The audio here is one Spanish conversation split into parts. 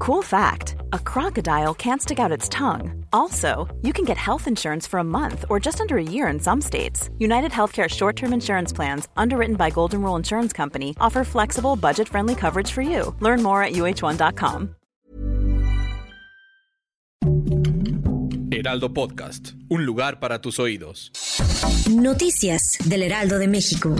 Cool fact, a crocodile can't stick out its tongue. Also, you can get health insurance for a month or just under a year in some states. United Healthcare short-term insurance plans, underwritten by Golden Rule Insurance Company, offer flexible, budget-friendly coverage for you. Learn more at uh1.com. Heraldo Podcast, un lugar para tus oídos. Noticias del Heraldo de México.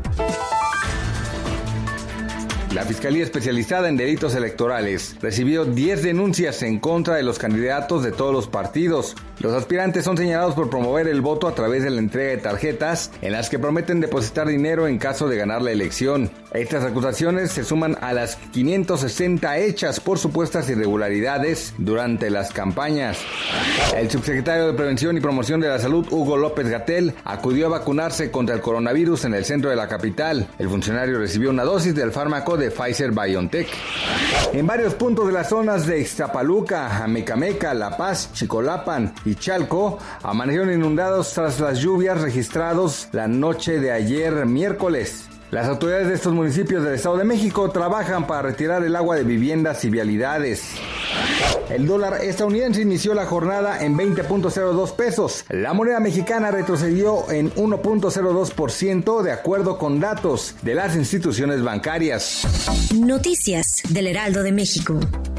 La Fiscalía Especializada en Delitos Electorales recibió 10 denuncias en contra de los candidatos de todos los partidos. Los aspirantes son señalados por promover el voto a través de la entrega de tarjetas en las que prometen depositar dinero en caso de ganar la elección. Estas acusaciones se suman a las 560 hechas por supuestas irregularidades durante las campañas. El subsecretario de Prevención y Promoción de la Salud, Hugo López-Gatell, acudió a vacunarse contra el coronavirus en el centro de la capital. El funcionario recibió una dosis del fármaco de Pfizer-BioNTech. En varios puntos de las zonas de Ixtapaluca, Amecameca, La Paz, Chicolapan y Chalco amanecieron inundados tras las lluvias registradas la noche de ayer miércoles. Las autoridades de estos municipios del Estado de México trabajan para retirar el agua de viviendas y vialidades. El dólar estadounidense inició la jornada en 20.02 pesos. La moneda mexicana retrocedió en 1.02% de acuerdo con datos de las instituciones bancarias. Noticias del Heraldo de México.